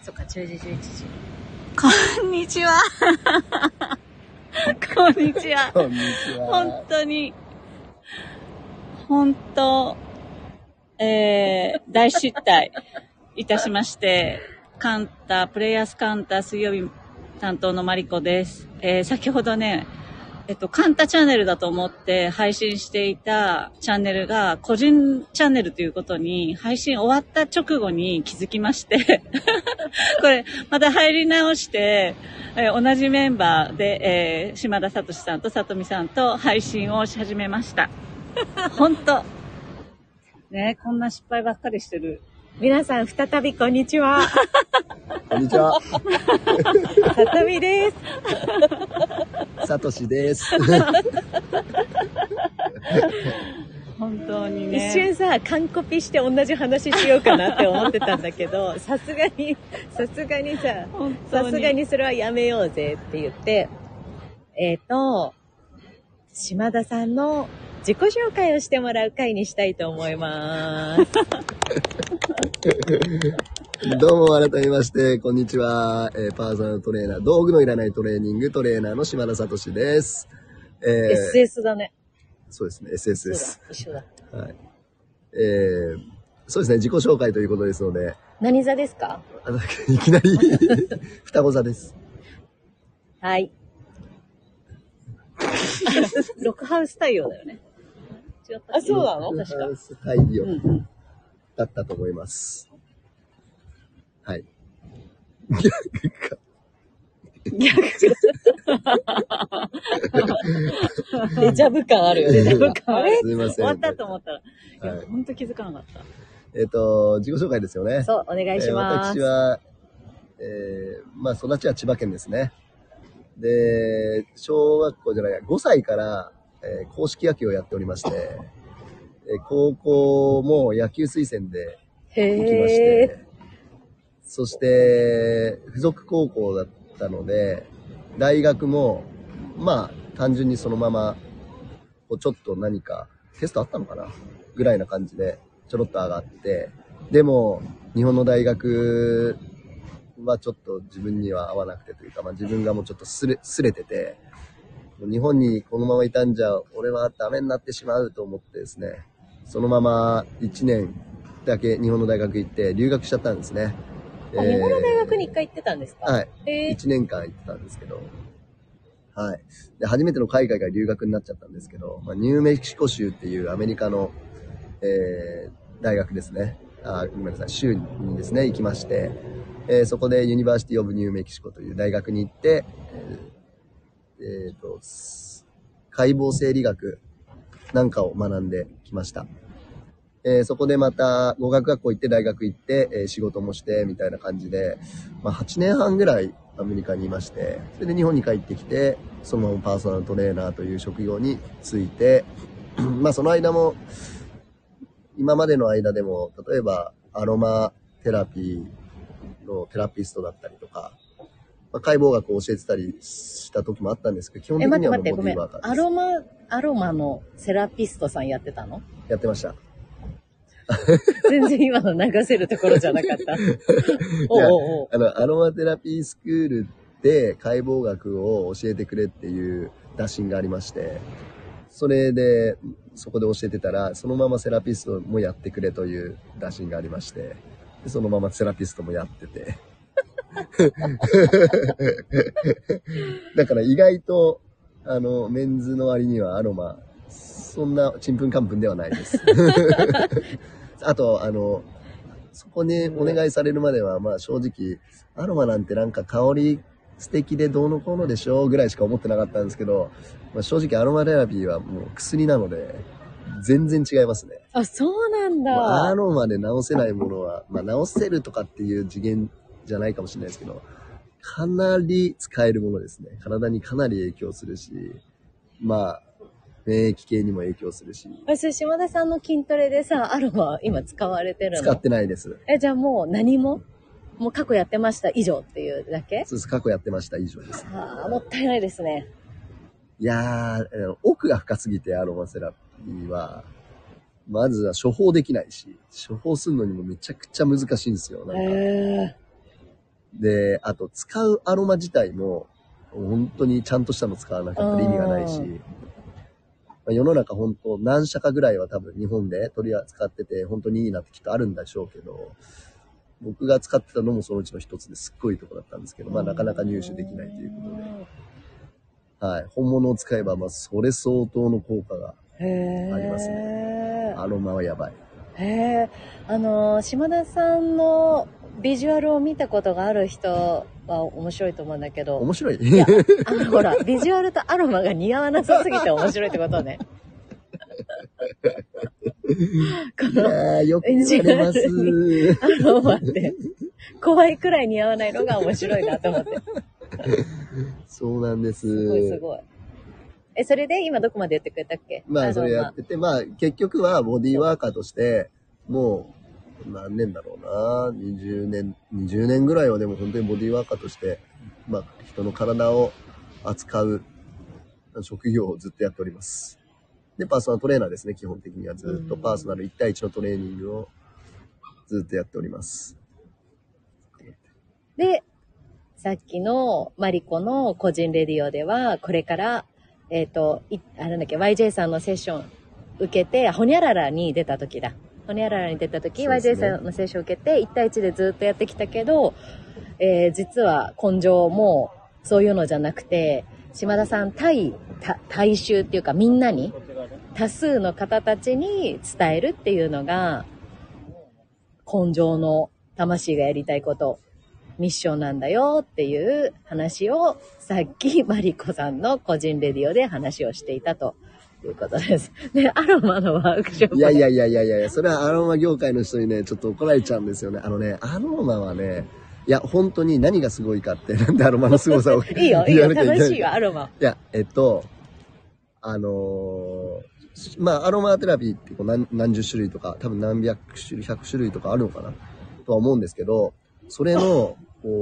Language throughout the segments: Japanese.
そっか、10時、11時。 こんにちは。こんにちは。 こんにちは。 本当に、本当、大失態いたしまして、プレイヤースカンタ水曜日担当のマリコです。先ほどね、カンタチャンネルだと思って配信していたチャンネルが個人チャンネルということに配信終わった直後に気づきましてこれまた入り直して、同じメンバーで、島田聡さんと里美さんと配信をし始めました。本当ね、こんな失敗ばっかりしてる。 皆さん、再びこんにちは。 こんにちは。 里美です。 さとしです。 本当にね。 一瞬さ、完コピして同じ話しようかなって思ってたんだけど、さすがにさ、さすがにそれはやめようぜって言って、島田さんの自己紹介をしてもらう回にしたいと思います。 どうも改めまして、こんにちは。パーソナルトレーナー、道具のいらないトレーニングトレーナーの島田聡です。 SS だね。 そうですね、SS です。 一緒だ。 はい。そうですね、自己紹介ということですので。 何座ですか？ いきなり、双子座です。 はい。 ロクハウス太陽だよね。違った。 あ、そうなの？ 確か。太陽だったと思います。はい。 逆デジャブ感あるよね。デジャブ感ある。 すいません。 終わったと思ったら、 はい、 本当気づかなかった。 自己紹介ですよね。 そう、お願いします。 私は、育ちは千葉県ですね。で、小学校じゃない、5歳から、硬式野球をやっておりまして、高校も野球推薦で行きまして、そして、付属高校だったので、大学も、単純にそのまま、ちょっと何か、テストあったのかなぐらいな感じで、ちょろっと上がって、でも、日本の大学はちょっと自分には合わなくてというか、自分がもうちょっとすれてて、日本にこのままいたんじゃ、俺はダメになってしまうと思ってですね、そのまま1年だけ日本の大学行って留学しちゃったんですね。 日本の大学に1回行ってたんですか？ はい。1年間行ってたんですけど、はい。で、初めての海外が留学になっちゃったんですけど、ニューメキシコ州っていうアメリカの、大学ですね。ごめんなさい、州にですね、行きまして、そこでユニバーシティオブニューメキシコという大学に行って、解剖生理学なんかを学んできました。そこでまた語学学校行って大学行って、仕事もしてみたいな感じで、8年半ぐらいアメリカにいまして、それで日本に帰ってきて、そのままパーソナルトレーナーという職業に就いて、その間も、今までの間でも、例えばアロマテラピーのテラピストだったりとか、解剖学を教えてたりした時もあったんですけど、基本的にはボディーワーカーです。 アロマのセラピストさんやってたの？ やってました。 全然今の流せるところじゃなかった。 アロマテラピースクールで解剖学を教えてくれっていう打診がありまして、それでそこで教えてたら、そのままセラピストもやってくれという打診がありまして、でそのままセラピストもやってて。だから意外とメンズの割にはアロマそんなちんぷんかんぷんではないです。あとそこにお願いされるまでは正直アロマなんてなんか香り素敵でどうのこうのでしょうぐらいしか思ってなかったんですけど、正直アロマテラピーはもう薬なので全然違いますね。 あ、そうなんだ。 アロマで治せないものは、治せるとかっていう次元じゃないかもしれないですけど、かなり使えるものですね。体にかなり影響するし、免疫系にも影響するし。 それ島田さんの筋トレでさ、アロマ今使われてるの？ 使ってないです。 じゃあもう何も過去やってました以上っていうだけ？ そうです。過去やってました以上です。 もったいないですね。 いやー、奥が深すぎてアロマセラピーは、まずは処方できないし、処方するのにもめちゃくちゃ難しいんですよ。 で、あと使うアロマ自体も、本当にちゃんとしたの使わなかったら意味がないし、世の中本当何社かぐらいは多分日本で取り扱ってて本当にいいなってきっとあるんでしょうけど、僕が使ってたのもそのうちの一つですっごいとこだったんですけど、なかなか入手できないということで、はい、本物を使えばそれ相当の効果がありますね。アロマはやばい。 島田さんのビジュアルを見たことがある人は面白いと思うんだけど。 面白い？ いや、ほら、ビジュアルとアロマが似合わなさすぎて面白いってことね。 いやー、よく言われます。 アロマって怖いくらい似合わないのが面白いなと思って。 そうなんです。 すごいすごい。それで今どこまでやってくれたっけ？ それやってて、結局はボディーワーカーとして、もう、何年だろうな、20年ぐらいはでも本当にボディーワーカーとして、人の体を扱う職業をずっとやっております。で、パーソナルトレーナーですね、基本的にはずっとパーソナル1対1のトレーニングをずっとやっております。 で、さっきのマリコの個人レディオでは、これから、YJ さんのセッション受けて、ホニャララに出た時、YJ さんのセッション受けて、1対1でずっとやってきたけど、実は根性もそういうのじゃなくて、島田さん大衆っていうかみんなに、多数の方たちに伝えるっていうのが、根性の魂がやりたいこと、ミッションなんだよっていう話をさっきマリコさんの個人レディオで話をしていたということです。で、アロマのワークショップ。 いや、それはアロマ業界の人にね、ちょっと怒られちゃうんですよね。アロマはね、いや、本当に何がすごいかって、なんでアロマの凄さをいいよ、楽しいよ、アロマ。 いや、アロマテラピーって何十種類とか、多分何百種類、100種類とかあるのかなとは思うんですけど、それの、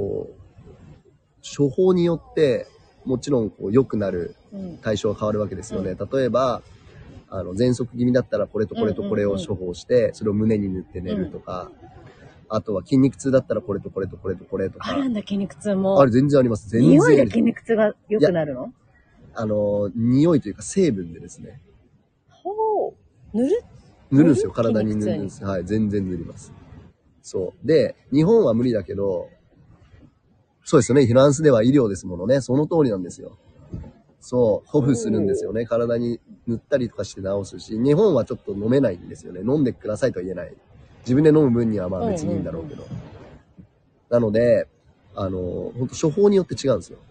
処方によって、もちろん良くなる対象が変わるわけですよね。例えば、喘息気味だったらこれとこれとこれを処方して、それを胸に塗って寝るとか、あとは筋肉痛だったらこれとこれとこれとこれとか。 あるんだ、筋肉痛も。 あれ全然あります。全然。 匂いで筋肉痛が良くなるの？ 匂いというか成分でですね。 ほう。塗るんですよ。体に塗るんです。はい、全然塗ります。そう。で、日本は無理だけど、そうですよね。フランスでは医療ですものね。その通りなんですよ。そう。ホフするんですよね。体に塗ったりとかして治すし、日本はちょっと飲めないんですよね。飲んでくださいとは言えない。自分で飲む分には別にいいんだろうけど。なので、本当処方によって違うんですよ。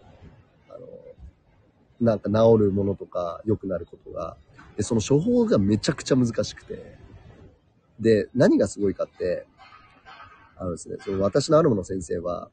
なんか治るものとか良くなることが。で、その処方がめちゃくちゃ難しくて。で、何がすごいかって、ですね、私のアロマの先生は、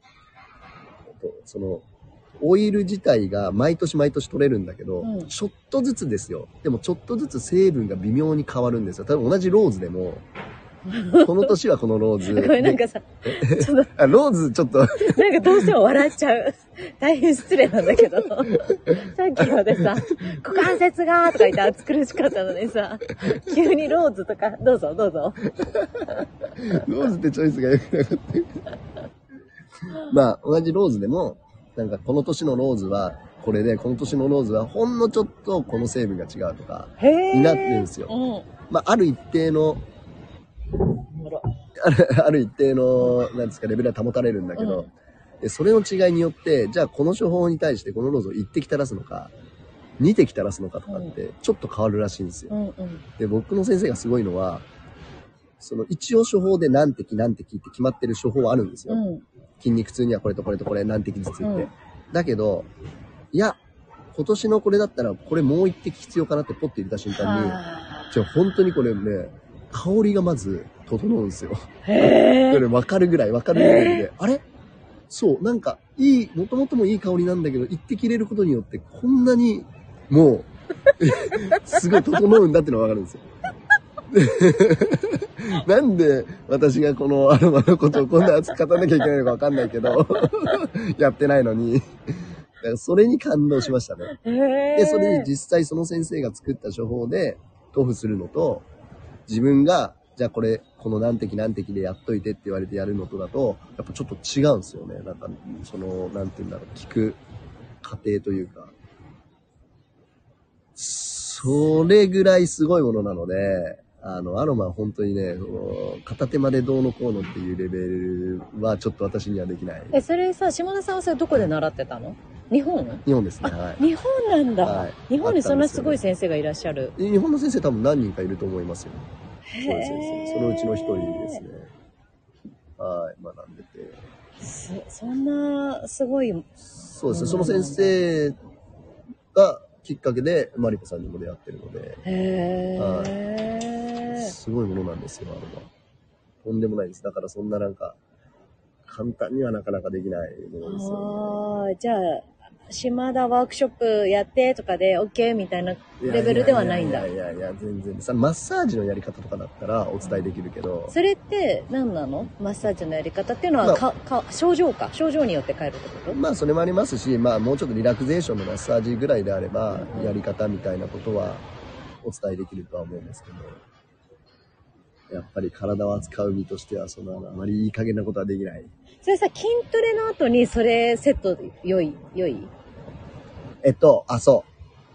オイル自体が毎年毎年取れるんだけど、ちょっとずつですよ。でもちょっとずつ成分が微妙に変わるんですよ。多分同じローズでも、この年はここのローズ。 これなんかさ、 ちょっとローズちょっと。なんかどうしても笑っちゃう。大変失礼なんだけど。さっきまでさ、股関節がとか言って暑苦しかったのにさ、急にローズとか、どうぞ。 ローズってチョイスが良くなかった。同じローズでも、なんかこの年のローズはこれで、この年のローズはほんのちょっとこの成分が違うとか、になってるんですよ。ある一定の、ある一定の、なんですか、レベルは保たれるんだけど、でそれの違いによって、じゃあこの処方に対してこのローズを1滴垂らすのか、2滴垂らすのかとかって、ちょっと変わるらしいんですよ。で、僕の先生がすごいのは、一応処方で何滴って決まってる処方はあるんですよ。筋肉痛にはこれとこれとこれ何滴ずつって。だけど、いや、今年のこれだったらこれもう1滴必要かなってポッて入れた瞬間に、本当にこれね、香りがまず整うんですよ。それ分かるぐらいで、あれそう、なんかもともともいい香りなんだけど、一滴入れることによってこんなにもう、すごい整うんだってのが分かるんですよ。なんで私がこのアロマのことをこんな熱く語らなきゃいけないのか分かんないけど、やってないのに。だからそれに感動しましたね。で、それに実際その先生が作った処方で塗布するのと、自分が、じゃあここの何滴何滴でやっといてって言われてやるのとだと、やっぱちょっと違うんですよね。なんか、なんて言うんだろう、聞く過程というか。それぐらいすごいものなので、アロマは本当にね、片手間でどうのこうのっていうレベルはちょっと私にはできない。 それさ、下田さんはそれどこで習ってたの？日本ですね。はい。 日本なんだ。 はい、 日本にそんなすごい先生がいらっしゃる。 日本の先生多分何人かいると思いますよ。そういう先生。そのうちの一人ですね。はい、学んでて。 そんな、すごい。 そうですね。その先生がきっかけで、マリコさんにも出会ってるので。はい、すごいものなんですよ、とんでもないです。だからそんななんか、簡単にはなかなかできないものですよね。 じゃあ、島田ワークショップやってとかで OK みたいなレベルではないんだ。 いや、全然。マッサージのやり方とかだったらお伝えできるけど。 それって何なの？マッサージのやり方っていうのは、症状によって変えるってこと？ それもありますし、もうちょっとリラクゼーションのマッサージぐらいであれば、やり方みたいなことはお伝えできるとは思うんですけど、やっぱり体を扱う身としては、あまりいい加減なことはできない。 それさ、筋トレの後にそれセット良い？ そう。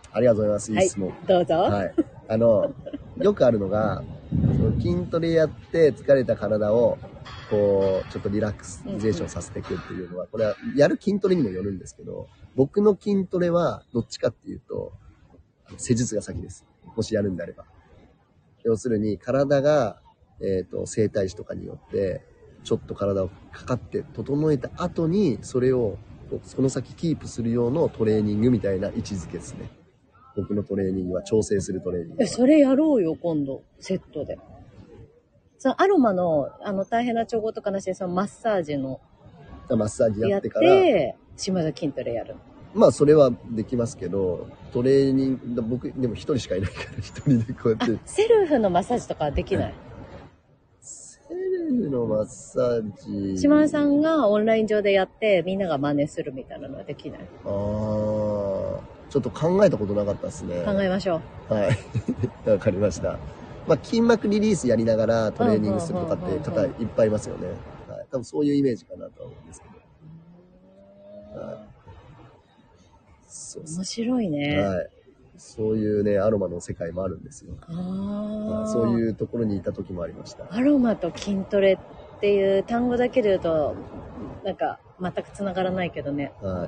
ありがとうございます。いい質問。 はい、どうぞ。 はい。よくあるのが、筋トレやって疲れた体を、こう、ちょっとリラクゼーションさせていくっていうのは、これはやる筋トレにもよるんですけど、僕の筋トレはどっちかっていうと、施術が先です。もしやるんであれば。要するに、体が、整体師とかによって、ちょっと体をかかって整えた後に、それを、その先キープする用のトレーニングみたいな位置づけですね。僕のトレーニングは調整するトレーニング。 それやろうよ、今度。セットで。アロマの、大変な調合とかなしで、マッサージの。 マッサージやってから。 島田筋トレやる。 それはできますけど、トレーニング、僕、でも一人しかいないから、一人でこうやって。 セルフのマッサージとかはできない？ セルフのマッサージ。 島田さんがオンライン上でやって、みんなが真似するみたいなのはできない？ ちょっと考えたことなかったですね。 考えましょう。はい。わかりました。筋膜リリースやりながらトレーニングするとかって方いっぱいいますよね。はい。多分そういうイメージかなとは思うんですけど。はい。 そう面白いね。 はい。そういうね、アロマの世界もあるんですよ。そういうところにいた時もありました。 アロマと筋トレっていう単語だけで言うと、なんか全く繋がらないけどね。はい。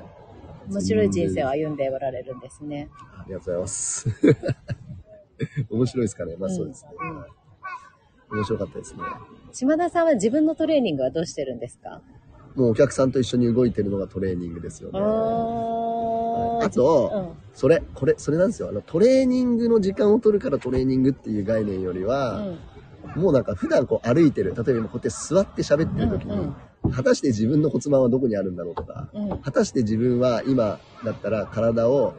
面白い人生を歩んでおられるんですね。 ありがとうございます。面白いですかね。そうですね。面白かったですね。 島田さんは自分のトレーニングはどうしてるんですか？ もうお客さんと一緒に動いてるのがトレーニングですよね。あと、それなんですよ。トレーニングの時間を取るからトレーニングっていう概念よりは、もうなんか普段こう歩いてる、例えばこうやって座って喋ってる時に、果たして自分の骨盤はどこにあるんだろうとか、果たして自分は今だったら体を、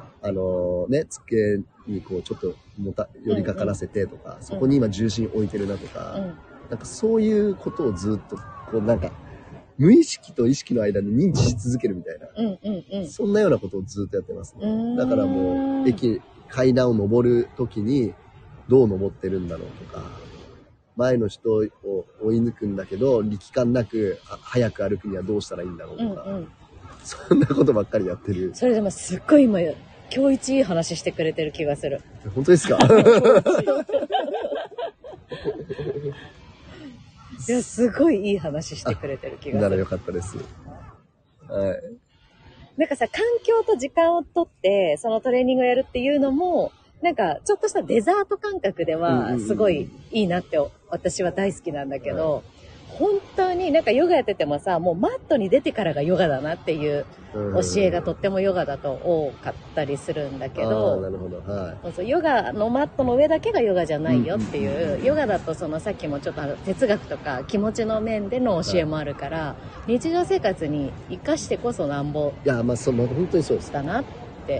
机にこうちょっと寄りかからせてとか、そこに今重心置いてるなとか、なんかそういうことをずっと、こうなんか、無意識と意識の間で認知し続けるみたいな、そんなようなことをずっとやってますね。だからもう、階段を登るときに、どう登ってるんだろうとか、前の人を追い抜くんだけど、力感なく早く歩くにはどうしたらいいんだろうとか、そんなことばっかりやってる。 それでもすっごい今、今日一いい話してくれてる気がする。 本当ですか？ いや、すごいいい話してくれてる気がする。 ならよかったです。はい。 なんかさ、環境と時間をとって、そのトレーニングをやるっていうのも、なんか、ちょっとしたデザート感覚では、すごいいいなって、私は大好きなんだけど、本当になんかヨガやっててもさ、もうマットに出てからがヨガだなっていう教えがとってもヨガだと多かったりするんだけど、 なるほど、はい。 そうヨガのマットの上だけがヨガじゃないよっていう、ヨガだとそのさっきもちょっと哲学とか気持ちの面での教えもあるから、日常生活に生かしてこそなんぼ。 いや、本当にそうです。 だなって。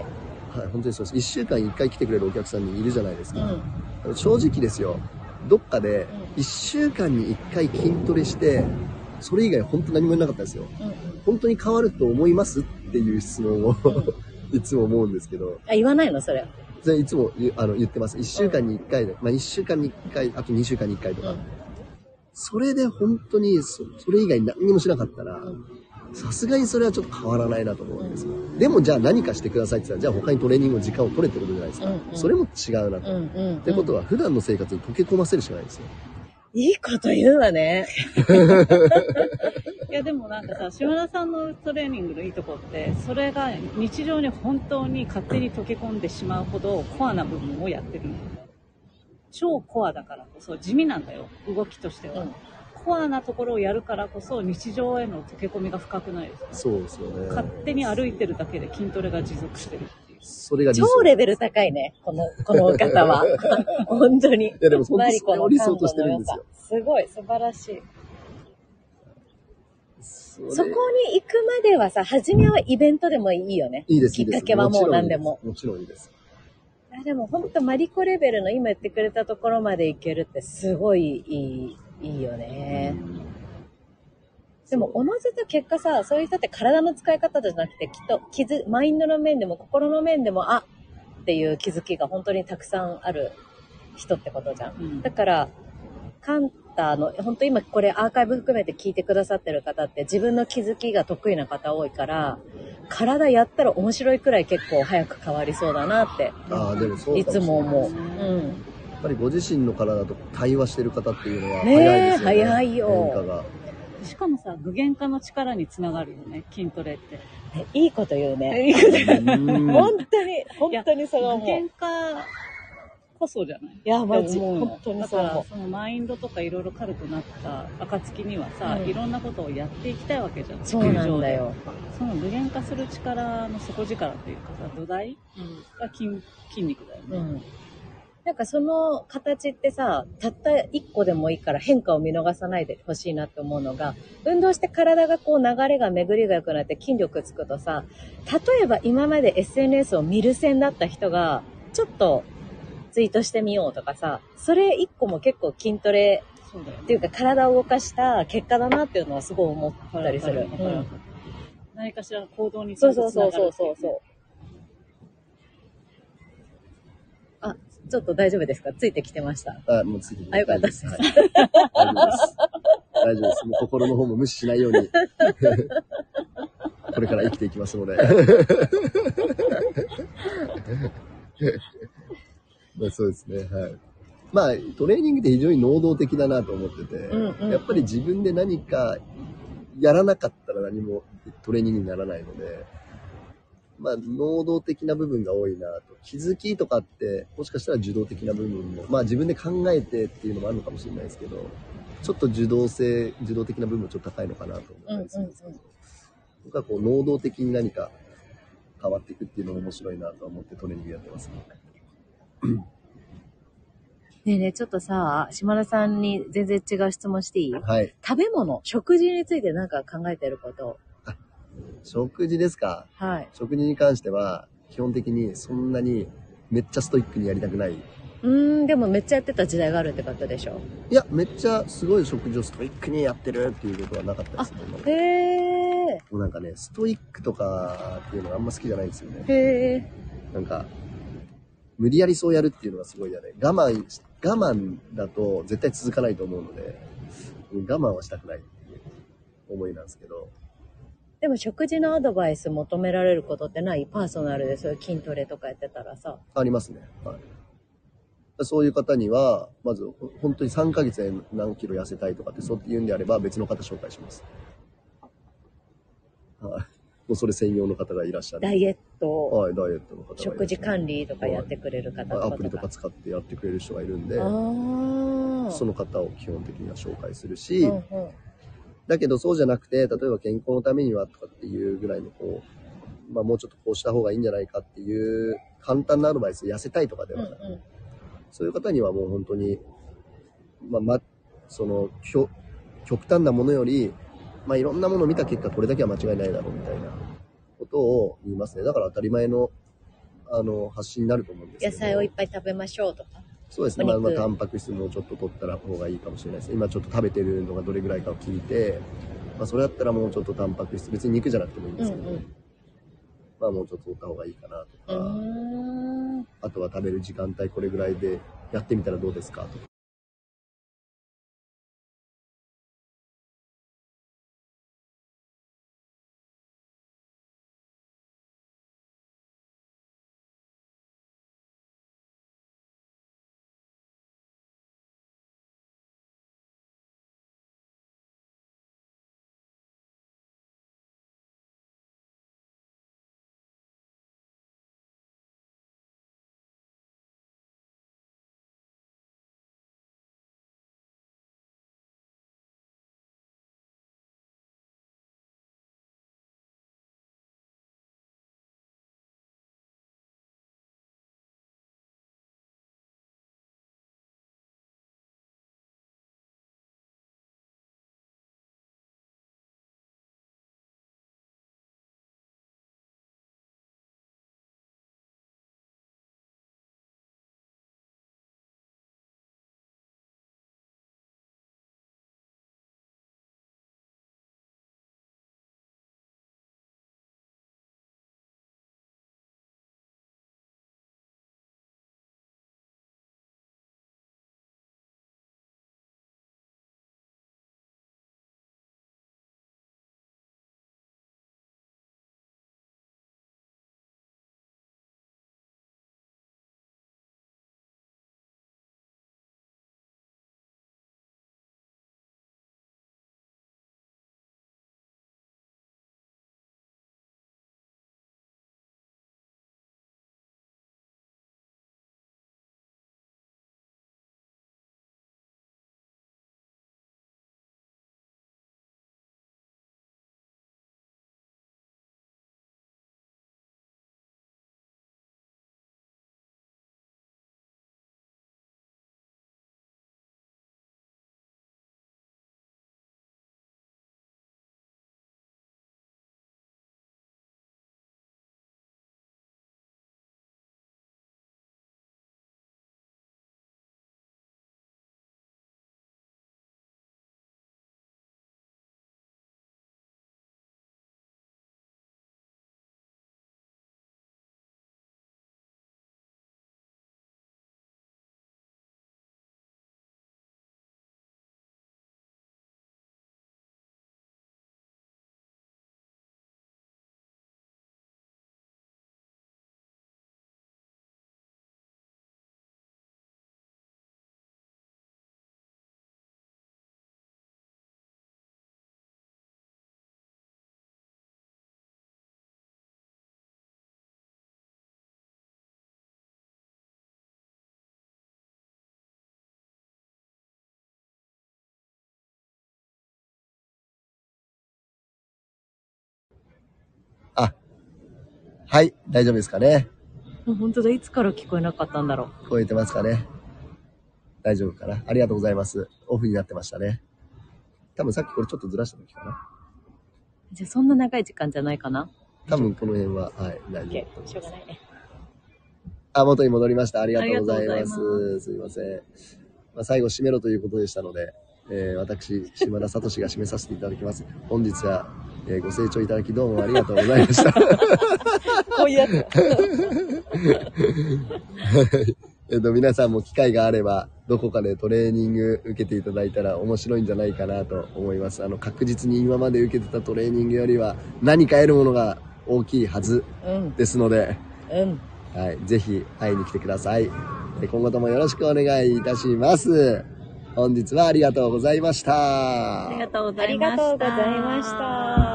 はい、本当にそうです。1週間に1回来てくれるお客さんにいるじゃないですか。正直ですよ。どっかで1週間に1回筋トレして、それ以外本当何もなかったですよ。本当に変わると思いますっていう質問をいつも思うんですけど。 言わないのそれ。 いつも言ってます。1週間に1回で、1週間に1回、あと2週間に1回とか。 それで本当にそれ以外何にもしなかったら、さすがにそれはちょっと変わらないなと思うんですよ。でもじゃあ何かしてくださいって言ったら、じゃあ他にトレーニングの時間を取れってことじゃないですか。それも違うなと。ってことは普段の生活に溶け込ませるしかないですよ。 いいこと言うわね。 いやでもなんかさ、島田さんのトレーニングのいいとこって、それが日常に本当に勝手に溶け込んでしまうほどコアな部分をやってるの。超コアだからこそ地味なんだよ、動きとしては。コアなところをやるからこそ日常への溶け込みが深くないですか？ そうですよね。 勝手に歩いてるだけで筋トレが持続してるっていう。 それが理想。 超レベル高いね、このお方は。本当に。 いやでも本当にそれを理想としてるんですよ。 すごい、素晴らしい。そこに行くまではさ、初めはイベントでもいいよね。 いいです、 きっかけはもう何でも。 もちろんいいです。 でも本当マリコレベルの今言ってくれたところまで行けるってすごいいいよね。でもおのずと結果さ、そういう人って体の使い方じゃなくて、きっとマインドの面でも心の面でもっていう気づきが本当にたくさんある人ってことじゃん。だからカンタの本当今これアーカイブ含めて聞いてくださってる方って自分の気づきが得意な方多いから、体やったら面白いくらい結構早く変わりそうだなってでもそういつも思う。 やっぱりご自身の体と対話してる方っていうのは早いですよね。 早いよ。 変化が。 しかもさ、具現化の力につながるよね、筋トレって。 いいこと言うね。いいこと言う。本当にそれは思う。 具現化こそじゃない？ いや、マジ。本当にそう思う。 だから、そのマインドとかいろいろ軽くなった暁にはさ、いろんなことをやっていきたいわけじゃん。 そうなんだよ。 その具現化する力の底力っていうかさ、土台が筋肉だよね。 なんかその形ってさ、たった一個でもいいから変化を見逃さないでほしいなって思うのが、運動して体がこう流れが巡りが良くなって筋力つくとさ、例えば今まで SNS を見る線だった人が、ちょっとツイートしてみようとかさ、それ一個も結構筋トレっていうか体を動かした結果だなっていうのはすごい思ったりする。 何かしらの行動にそう。ちょっと大丈夫ですか？ついてきてました。 もうついてきてよかったです。 大丈夫です。もう心の方も無視しないように。これから生きていきますので。そうですね。はい。トレーニングって非常に能動的だなと思ってて、やっぱり自分で何かやらなかったら何もトレーニングにならないので、能動的な部分が多いなと。気づきとかって、もしかしたら受動的な部分も、自分で考えてっていうのもあるのかもしれないですけど、ちょっと受動的な部分もちょっと高いのかなと思ったりするんですけど、僕はこう、能動的に何か変わっていくっていうのも面白いなと思ってトレーニングやってますね。 ねえねえ、ちょっとさ、島田さんに全然違う質問していい？ はい。 食べ物、食事について何か考えてること？ 食事ですか？ はい。 食事に関しては、基本的にそんなにめっちゃストイックにやりたくない。 でもめっちゃやってた時代があるってことでしょ？ いや、めっちゃすごい食事をストイックにやってるっていうことはなかったですね。 へー。 もうなんかね、ストイックとかっていうのがあんま好きじゃないんですよね。 へー。なんか、無理やりそうやるっていうのがすごい嫌で、我慢だと絶対続かないと思うので、我慢はしたくないっていう思いなんですけど。 でも食事のアドバイス求められることってない？パーソナルでそういう筋トレとかやってたらさ。 ありますね。はい。そういう方には、まず本当に3ヶ月で何キロ痩せたいとかってそうって言うんであれば別の方紹介します。はい。もうそれ専用の方がいらっしゃる。 ダイエット。 はい、ダイエットの方がいらっしゃる。 食事管理とかやってくれる方とか、 アプリとか使ってやってくれる人がいるんで、その方を基本的には紹介するし、だけどそうじゃなくて、例えば健康のためにはとかっていうぐらいのこう、もうちょっとこうした方がいいんじゃないかっていう簡単なアドバイス、痩せたいとかではなく、そういう方にはもう本当に、その極端なものより、いろんなものを見た結果これだけは間違いないだろうみたいなことを言いますね。だから当たり前の発信になると思うんですけど。 野菜をいっぱい食べましょうとか。 そうですね。タンパク質もちょっと取ったら方がいいかもしれないです。今ちょっと食べてるのがどれぐらいかを聞いて、それだったらもうちょっとタンパク質、別に肉じゃなくてもいいんですけど、もうちょっと取った方がいいかなとか、あとは食べる時間帯これぐらいでやってみたらどうですかとか。 はい、大丈夫ですかね。 本当だ、いつから聞こえなかったんだろう。 聞こえてますかね。大丈夫かな。ありがとうございます。オフになってましたね。多分さっきこれちょっとずらした時かな。 じゃあそんな長い時間じゃないかな。 多分この辺は、はい、大丈夫。 しょうがないね。 元に戻りました。ありがとうございま。 ありがとうございますすいません。最後締めろということでしたので、私、島田聡が締めさせていただきます。本日は、ご清聴いただきどうもありがとうございました。 こういうやつ。 皆さんも機会があれば、どこかでトレーニング受けていただいたら面白いんじゃないかなと思います。確実に今まで受けてたトレーニングよりは何か得るものが大きいはずですので、はい、ぜひ会いに来てください。今後ともよろしくお願いいたします。本日はありがとうございました。 ありがとうござありいました。 がとうございました。